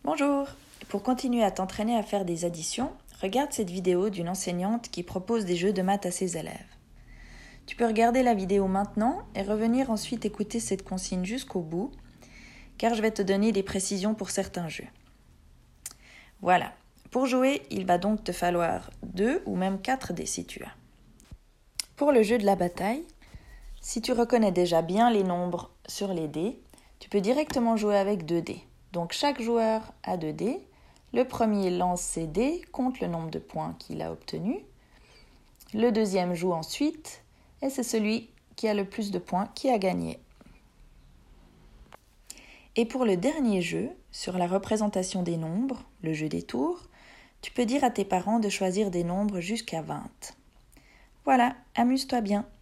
Bonjour! Pour continuer à t'entraîner à faire des additions, regarde cette vidéo d'une enseignante qui propose des jeux de maths à ses élèves. Tu peux regarder la vidéo maintenant et revenir ensuite écouter cette consigne jusqu'au bout, car je vais te donner des précisions pour certains jeux. Voilà, pour jouer, il va donc te falloir 2 ou même 4 dés si tu as. Pour le jeu de la bataille, si tu reconnais déjà bien les nombres sur les dés, tu peux directement jouer avec 2 dés. Donc chaque joueur a 2 dés. Le premier lance ses dés, compte le nombre de points qu'il a obtenus. Le deuxième joue ensuite et c'est celui qui a le plus de points qui a gagné. Et pour le dernier jeu, sur la représentation des nombres, le jeu des tours, tu peux dire à tes parents de choisir des nombres jusqu'à 20. Voilà, amuse-toi bien.